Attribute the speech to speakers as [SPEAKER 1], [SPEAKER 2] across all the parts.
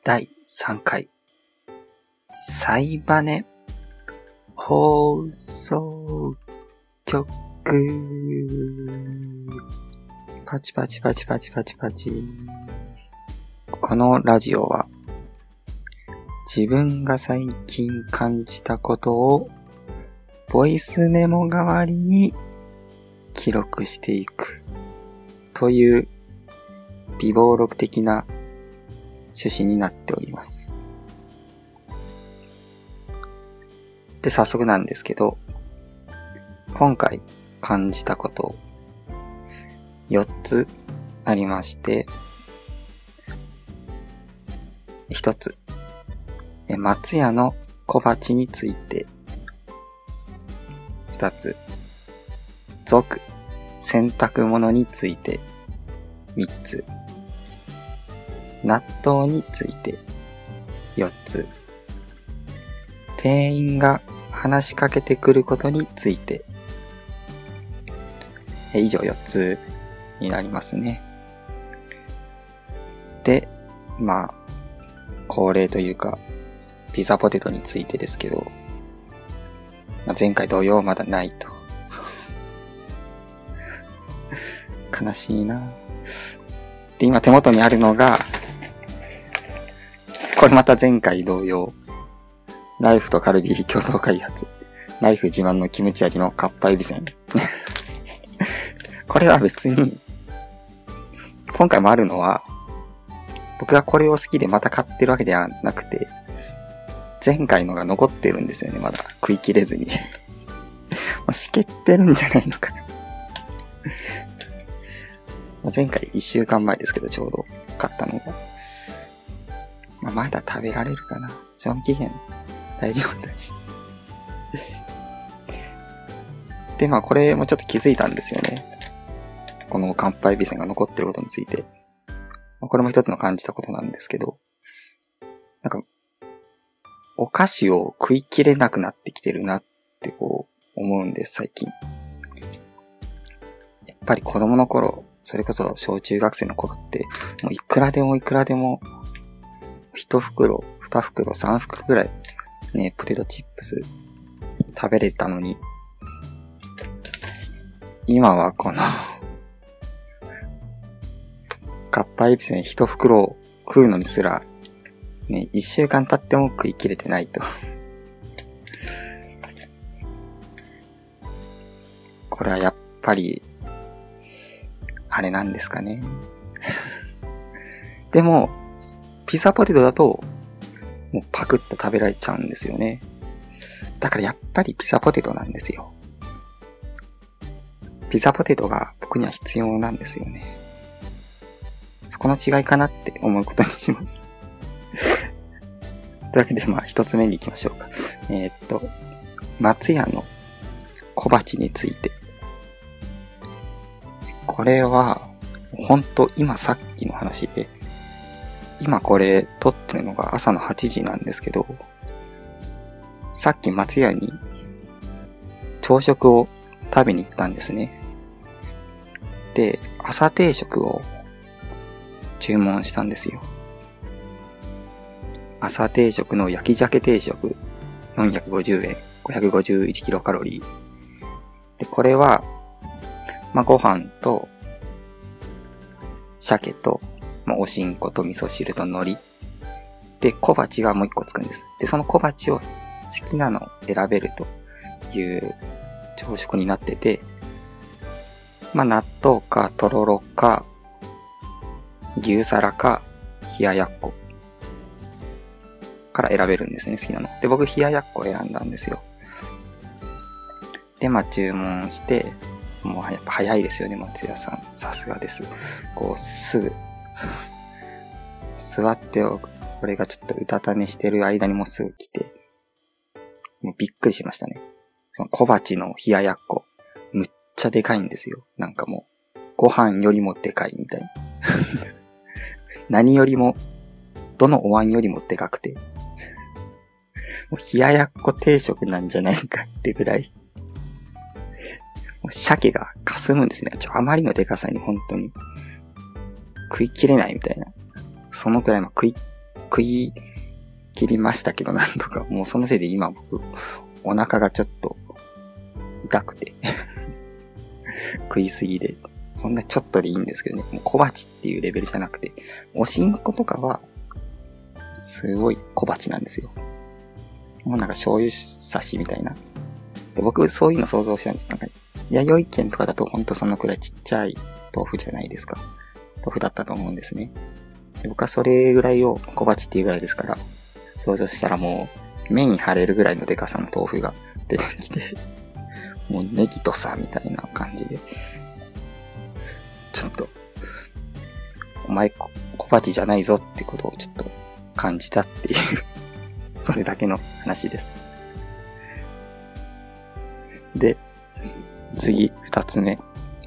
[SPEAKER 1] 第3回サイバネ放送局パチパチパチパチパチパチ。このラジオは自分が最近感じたことをボイスメモ代わりに記録していくという備忘録的な趣旨になっております。で、早速なんですけど、今回感じたこと4つありまして、1つ、松屋の小鉢について、2つ、続洗濯物について、3つ、納豆について、4つ、店員が話しかけてくることについて、以上4つになりますね。で、恒例というか、ピザポテトについてですけど、前回同様まだないと。悲しいな。で、今手元にあるのが、これまた前回同様、ライフとカルビー共同開発、ライフ自慢のキムチ味のかっぱえびせん。これは別に、今回もあるのは、僕がこれを好きでまた買ってるわけじゃなくて、前回のが残ってるんですよね、まだ食い切れずに。しけってるんじゃないのかな。前回1週間前ですけど、ちょうど買ったのが。まだ食べられるかな。賞味期限大丈夫だし。で、これもちょっと気づいたんですよね。このかっぱえびせんが残ってることについて。これも一つの感じたことなんですけど、お菓子を食い切れなくなってきてるなって思うんです、最近。やっぱり子供の頃、それこそ小中学生の頃って、もういくらでも、一袋、二袋、三袋ぐらい、ね、ポテトチップス食べれたのに、今はこの、かっぱえびせん一袋を食うのにすら、ね、一週間経っても食い切れてないと。これはやっぱり、あれなんですかね。でも、ピザポテトだと、もうパクッと食べられちゃうんですよね。だからやっぱりピザポテトなんですよ。ピザポテトが僕には必要なんですよね。そこの違いかなって思うことにします。というわけで一つ目に行きましょうか。松屋の小鉢について。これは、今さっきの話で、今これ撮ってるのが朝の8時なんですけど、さっき松屋に朝食を食べに行ったんですね。で、朝定食を注文したんですよ。朝定食の焼き鮭定食450円、551キロカロリー。で、これは、ご飯と、鮭と、おしんこと味噌汁と海苔。で、小鉢がもう一個つくんです。で、その小鉢を好きなのを選べるという朝食になってて、納豆かとろろか、牛皿か、冷ややっこから選べるんですね、好きなの。で、僕冷ややっこ選んだんですよ。で、注文して、もうやっぱ早いですよね、松屋さん。さすがです。すぐ、座って俺がちょっとうたた寝してる間にもうすぐ来て、もうびっくりしましたね。その小鉢の冷ややっこ、むっちゃでかいんですよ。もう、ご飯よりもでかいみたいな。何よりも、どのお椀よりもでかくて、もう冷ややっこ定食なんじゃないかってぐらい、もう鮭が霞むんですね。あまりのでかさに本当に食い切れないみたいな。そのくらい食い食い切りましたけど、なんとか。もうそのせいで今僕、お腹がちょっと痛くて。食いすぎで。そんなちょっとでいいんですけどね。もう小鉢っていうレベルじゃなくて、おしんことかは、すごい小鉢なんですよ。もうなんか醤油差しみたいな。で、僕そういうの想像したんです。なんか、弥生県とかだとほんとそのくらいちっちゃい豆腐じゃないですか。豆腐だったと思うんですね。で僕はそれぐらいを小鉢っていうぐらいですから、想像したらもう、目に貼れるぐらいのデカさの豆腐が出てきて、もうネギとさ、みたいな感じで。ちょっと、お前小鉢じゃないぞってことをちょっと感じたっていう、それだけの話です。で、次、二つ目。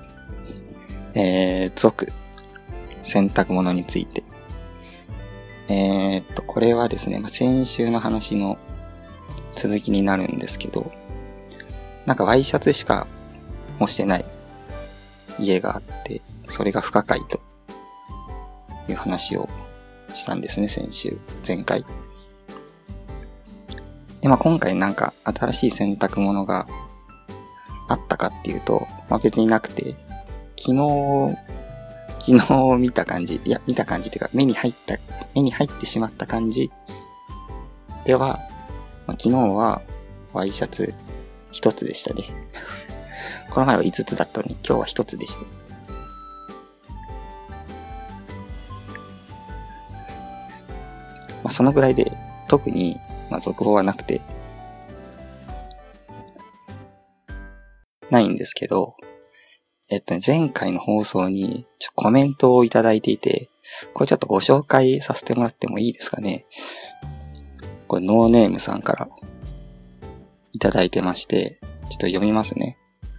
[SPEAKER 1] 続。洗濯物について。これはですね、先週の話の続きになるんですけど、なんかワイシャツしかもしてない家があって、それが不可解という話をしたんですね、先週、前回。で、今回なんか新しい洗濯物があったかっていうと、別になくて、昨日見た感じっていうか、目に入ってしまった感じでは、昨日はワイシャツ一つでしたね。この前は5つだったのに、今日は一つでした。そのぐらいで、特に、続報はなくて、ないんですけど、前回の放送にコメントをいただいていて、これちょっとご紹介させてもらってもいいですかね。これノーネームさんからいただいてまして、ちょっと読みますね。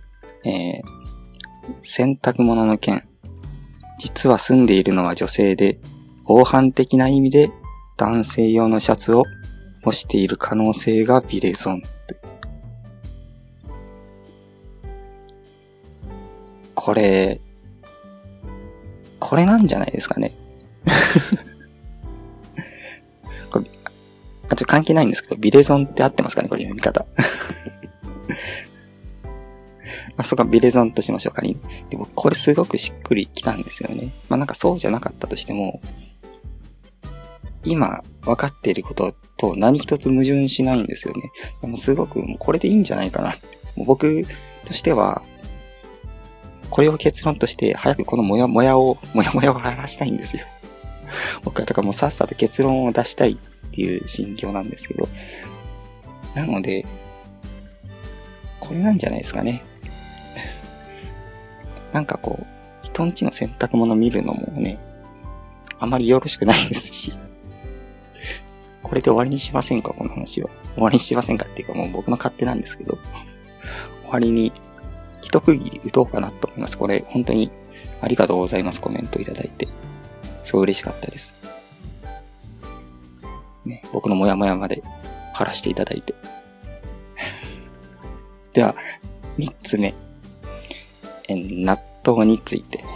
[SPEAKER 1] 洗濯物の件。実は住んでいるのは女性で、防犯的な意味で男性用のシャツを干している可能性がビレゾン。これなんじゃないですかね。これちょっと関係ないんですけど、ビレゾンって合ってますかね、これ読み方。そうか、ビレゾンとしましょうかね。でもこれすごくしっくりきたんですよね。なんかそうじゃなかったとしても、今分かっていることと何一つ矛盾しないんですよね。すごくもうこれでいいんじゃないかなって。もう僕としては、これを結論として早くこのモヤモヤを晴らしたいんですよ。僕はだからもうさっさと結論を出したいっていう心境なんですけど。なので、これなんじゃないですかね。なんかこう、人んちの洗濯物見るのもね、あまりよろしくないですし。これで終わりにしませんか、この話は。終わりにしませんかっていうかもう僕の勝手なんですけど。終わりに一区切り打とうかなと思います。これ本当にありがとうございます。コメントいただいて。すごい嬉しかったです。ね、僕のモヤモヤまで晴らしていただいて。では、3つ目。納豆について。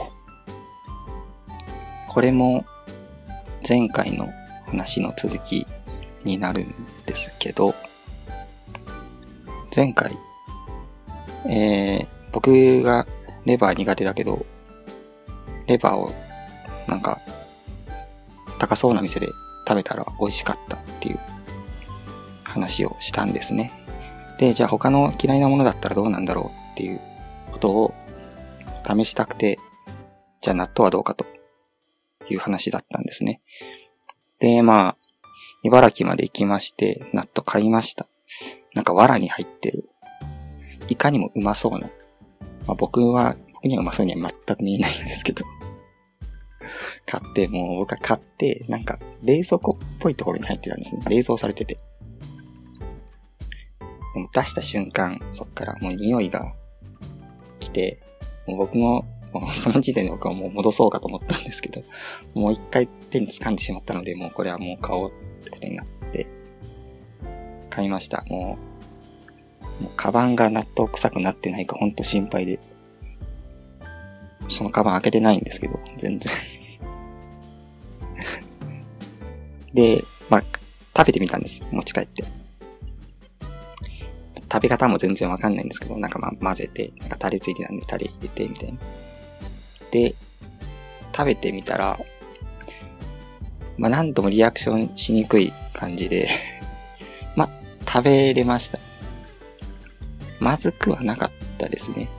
[SPEAKER 1] これも前回の話の続きになるんですけど、前回、僕がレバー苦手だけど、レバーをなんか高そうな店で食べたら美味しかったっていう話をしたんですね。で、じゃあ他の嫌いなものだったらどうなんだろうっていうことを試したくて、じゃあ納豆はどうかという話だったんですね。で、茨城まで行きまして、納豆買いました。なんか藁に入ってる。いかにもうまそうな。僕にはうまそうには全く見えないんですけど。僕は買って、なんか冷蔵庫っぽいところに入ってたんですね。冷蔵されてて。でも出した瞬間、そっからもう匂いが来て、もうその時点で僕はもう戻そうかと思ったんですけど、もう一回手に掴んでしまったので、もうこれはもう買おうってことになって、買いました。もうカバンが納豆臭くなってないかほんと心配で、そのカバン開けてないんですけど、全然。 で、食べてみたんです。持ち帰って。食べ方も全然わかんないんですけど、混ぜて、タレついてたんでタレ入れて、みたいな。で、食べてみたら、なんともリアクションしにくい感じで、食べれました。まずくはなかったですね。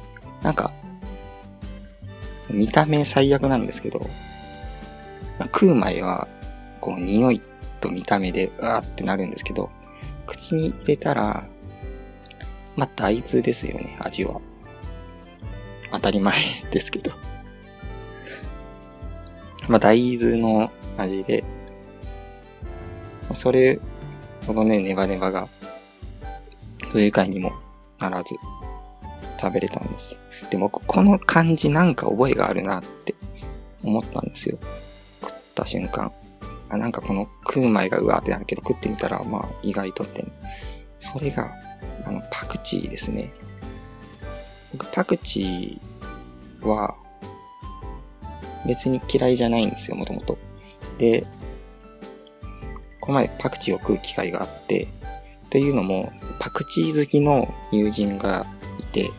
[SPEAKER 1] 見た目最悪なんですけど、食う前は、匂いと見た目で、うわーってなるんですけど、口に入れたら、大豆ですよね、味は。当たり前ですけど。大豆の味で、それほどね、ネバネバが、不愉快にもならず、食べれたんです。でも、この感じ覚えがあるなって思ったんですよ。食った瞬間。この食う前がうわーってなるけど、食ってみたら、意外とって、それが、パクチーですね。僕、パクチーは、別に嫌いじゃないんですよ、もともと。で、この前パクチーを食う機会があって、というのも、パクチー好きの友人がいて、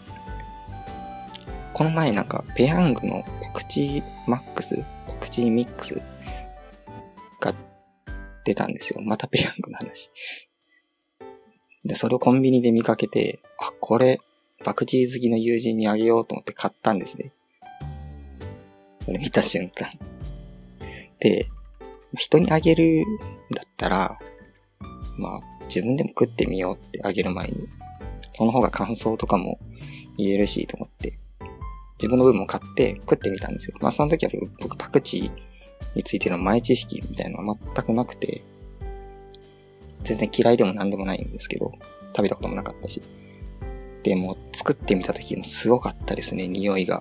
[SPEAKER 1] この前ペヤングのパクチーマックス、パクチーミックスが出たんですよ。またペヤングの話。で、それをコンビニで見かけて、これ、パクチー好きの友人にあげようと思って買ったんですね。それ見た瞬間。で、人にあげるんだったら、自分でも食ってみようってあげる前に、その方が感想とかも言えるしと思って、自分の分も買って食ってみたんですよ。その時は僕パクチーについての前知識みたいなのは全くなくて、全然嫌いでも何でもないんですけど、食べたこともなかったし。でも作ってみた時もすごかったですね、匂いが。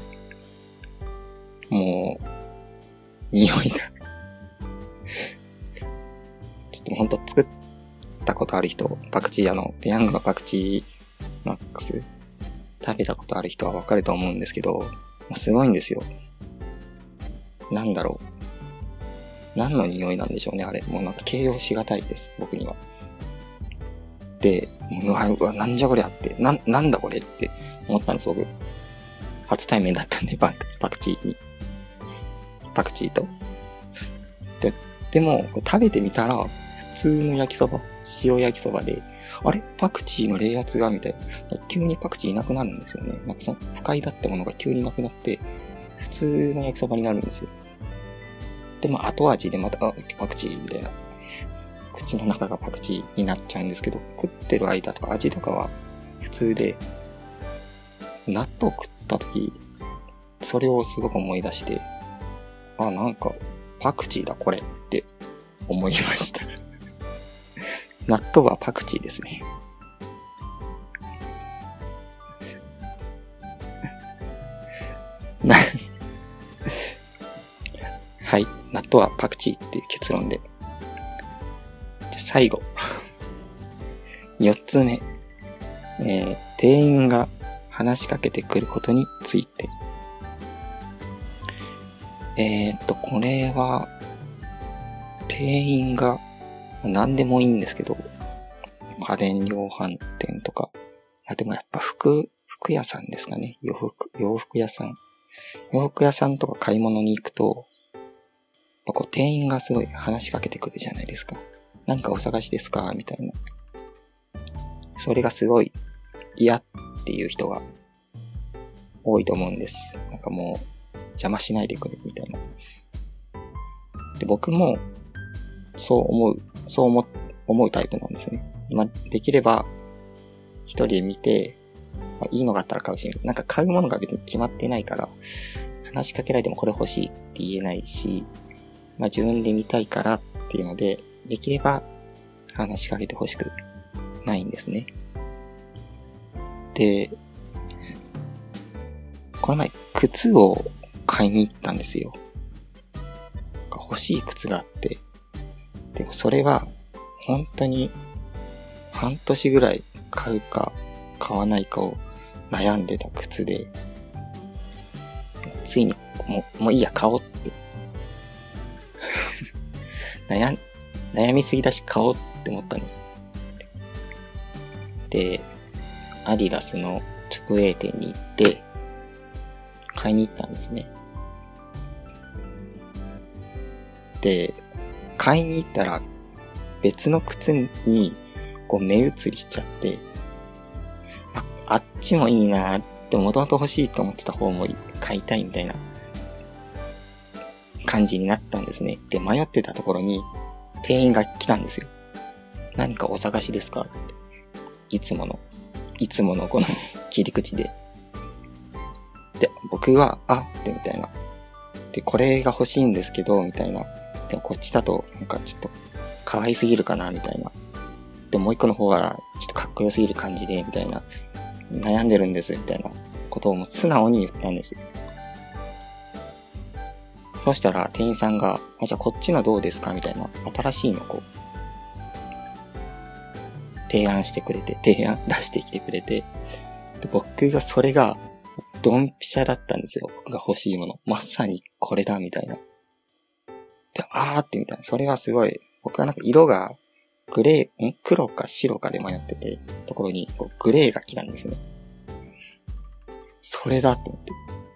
[SPEAKER 1] もう、匂いが。ちょっとほんと作ったことある人、パクチーペヤングのパクチーマックス、食べたことある人はわかると思うんですけど、すごいんですよ。何の匂いなんでしょうね、あれ。もう形容しがたいです、僕には。で、うわ、なんじゃこりゃって、なんだこれって思ったんです、僕。初対面だったんで、パクチーと。でも、食べてみたら、普通の焼きそば、塩焼きそばで、あれパクチーの冷圧がみたいな。急にパクチーいなくなるんですよね。その不快だったものが急になくなって、普通の焼きそばになるんですよ。で、後味でまた、パクチーみたいな。口の中がパクチーになっちゃうんですけど、食ってる間とか味とかは普通で、納豆食った時、それをすごく思い出して、パクチーだこれって思いました。納豆はパクチーですね。はい、納豆はパクチーっていう結論で。じゃ最後。4つ目。店員が話しかけてくることについて。これは、店員が、何でもいいんですけど、家電量販店とか、でもやっぱ服屋さんですかね。洋服屋さん。洋服屋さんとか買い物に行くと、店員がすごい話しかけてくるじゃないですか。何かお探しですかみたいな。それがすごい嫌っていう人が多いと思うんです。もう、邪魔しないでくれみたいな。で、僕もそう思うタイプなんですね。できれば一人で見て、いいのがあったら買うし、買うものが別に決まってないから話しかけられてもこれ欲しいって言えないし、自分で見たいからっていうので、できれば話しかけて欲しくないんですね。で、この前靴を買いに行ったんですよ。欲しい靴があって、でもそれは本当に半年ぐらい買うか買わないかを悩んでた靴で、ついにもういいや買おうって悩みすぎだし買おうって思ったんです。で、アディダスの直営店に行って買いに行ったんですね。で、買いに行ったら別の靴にこう目移りしちゃって、あっちもいいなーってもともと欲しいと思ってた方も買いたいみたいな感じになったんですね。で、迷ってたところに店員が来たんですよ。何かお探しですかって。いつものこの切り口で。で、僕は、ってみたいな。で、これが欲しいんですけど、みたいな。でもこっちだとなんかちょっと可愛すぎるかな、みたいな。で、もう一個の方はちょっとかっこよすぎる感じで、みたいな。悩んでるんです、みたいなことをもう素直に言ったんです。そしたら店員さんが、じゃあこっちのどうですかみたいな、新しいのこう、提案出してきてくれて、で僕がそれが、ドンピシャだったんですよ。僕が欲しいもの。まさにこれだ、みたいな。で、ってみたいな。それはすごい、僕はなんか色が、黒か白かで迷ってて、ところに、こうグレーが来たんですね。それだと思って。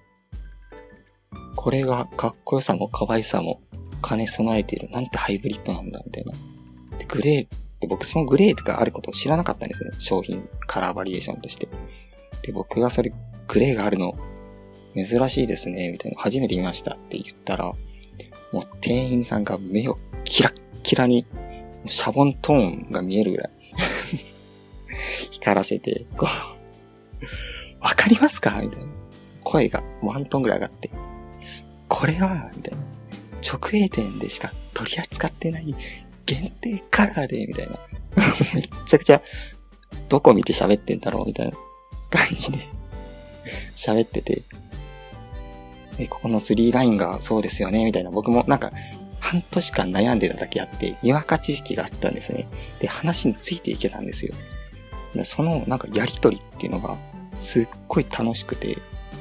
[SPEAKER 1] これがかっこよさも可愛さも兼ね備えている。なんてハイブリッドなんだ、みたいな。で、グレーって僕そのグレーがあることを知らなかったんですね。商品、カラーバリエーションとして。で、僕がそれ、グレーがあるの、珍しいですね、みたいな。初めて見ましたって言ったら、もう店員さんが目をキラッキラに、シャボントーンが見えるぐらい、光らせて、こう、わかりますかみたいな。声がワントーンぐらい上がって、これは、みたいな。直営店でしか取り扱ってない限定カラーで、みたいな。めっちゃくちゃ、どこ見て喋ってんだろうみたいな感じで喋ってて。で、ここの3ラインがそうですよね、みたいな。僕もなんか、半年間悩んでただけあって、にわか知識があったんですね。で、話についていけたんですよ。でそのなんかやりとりっていうのが、すっごい楽しくて、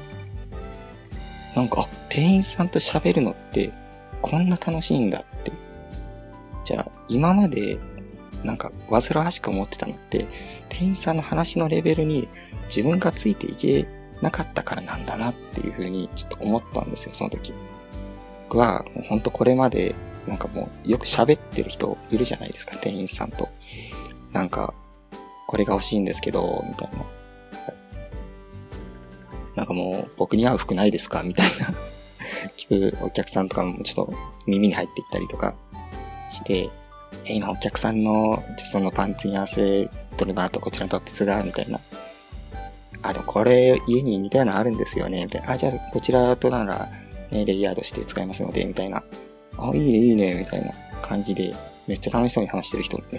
[SPEAKER 1] なんか、店員さんと喋るのって、こんな楽しいんだって。じゃあ、今まで、なんか、煩わしく思ってたのって、店員さんの話のレベルに自分がついていけなかったからなんだなっていう風にちょっと思ったんですよ、その時。僕は、ほんとこれまで、なんかもう、よく喋ってる人いるじゃないですか、店員さんと。なんか、これが欲しいんですけど、みたいな。なんかもう、僕に合う服ないですかみたいな。聞くお客さんとかもちょっと耳に入ってきたりとかして、今お客さんの、そのパンツに合わせとれば、あとこちらのトップスが、みたいな。でもこれ家に似たようなのあるんですよね、みたいな。じゃあこちらとなら、ね、レイヤードして使えますので、みたいな。いいね、いいね、みたいな感じで、めっちゃ楽しそうに話してる人、って、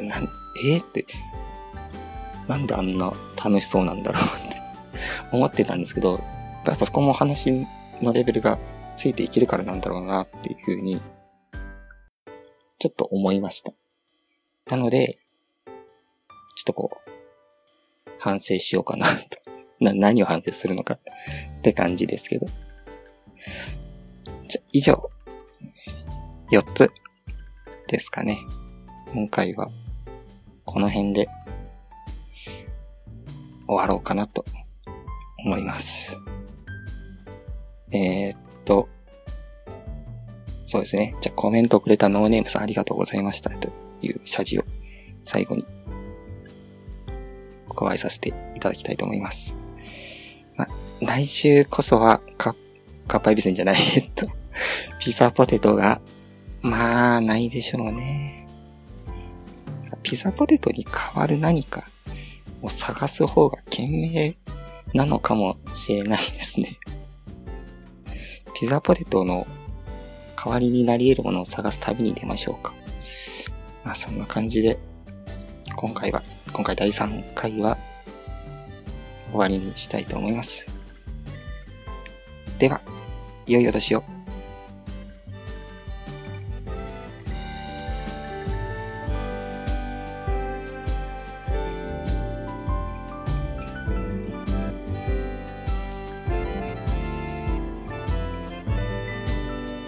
[SPEAKER 1] なんであんな楽しそうなんだろうって思ってたんですけど、やっぱそこも話のレベルがついていけるからなんだろうなっていうふうに、ちょっと思いました。なので、ちょっとこう、反省しようかなと。何を反省するのかって感じですけど。以上、4つですかね。今回は、この辺で終わろうかなと思います。そうですね。じゃあコメントをくれたノーネームさんありがとうございましたという謝辞を最後に加えさせていただきたいと思います。来週こそはかっぱえびせんじゃないピザポテトがないでしょうね。ピザポテトに代わる何かを探す方が賢明なのかもしれないですね。ピザポテトの代わりになり得るものを探す旅に出ましょうか。そんな感じで、今回第3回は終わりにしたいと思います。では、良いお年を。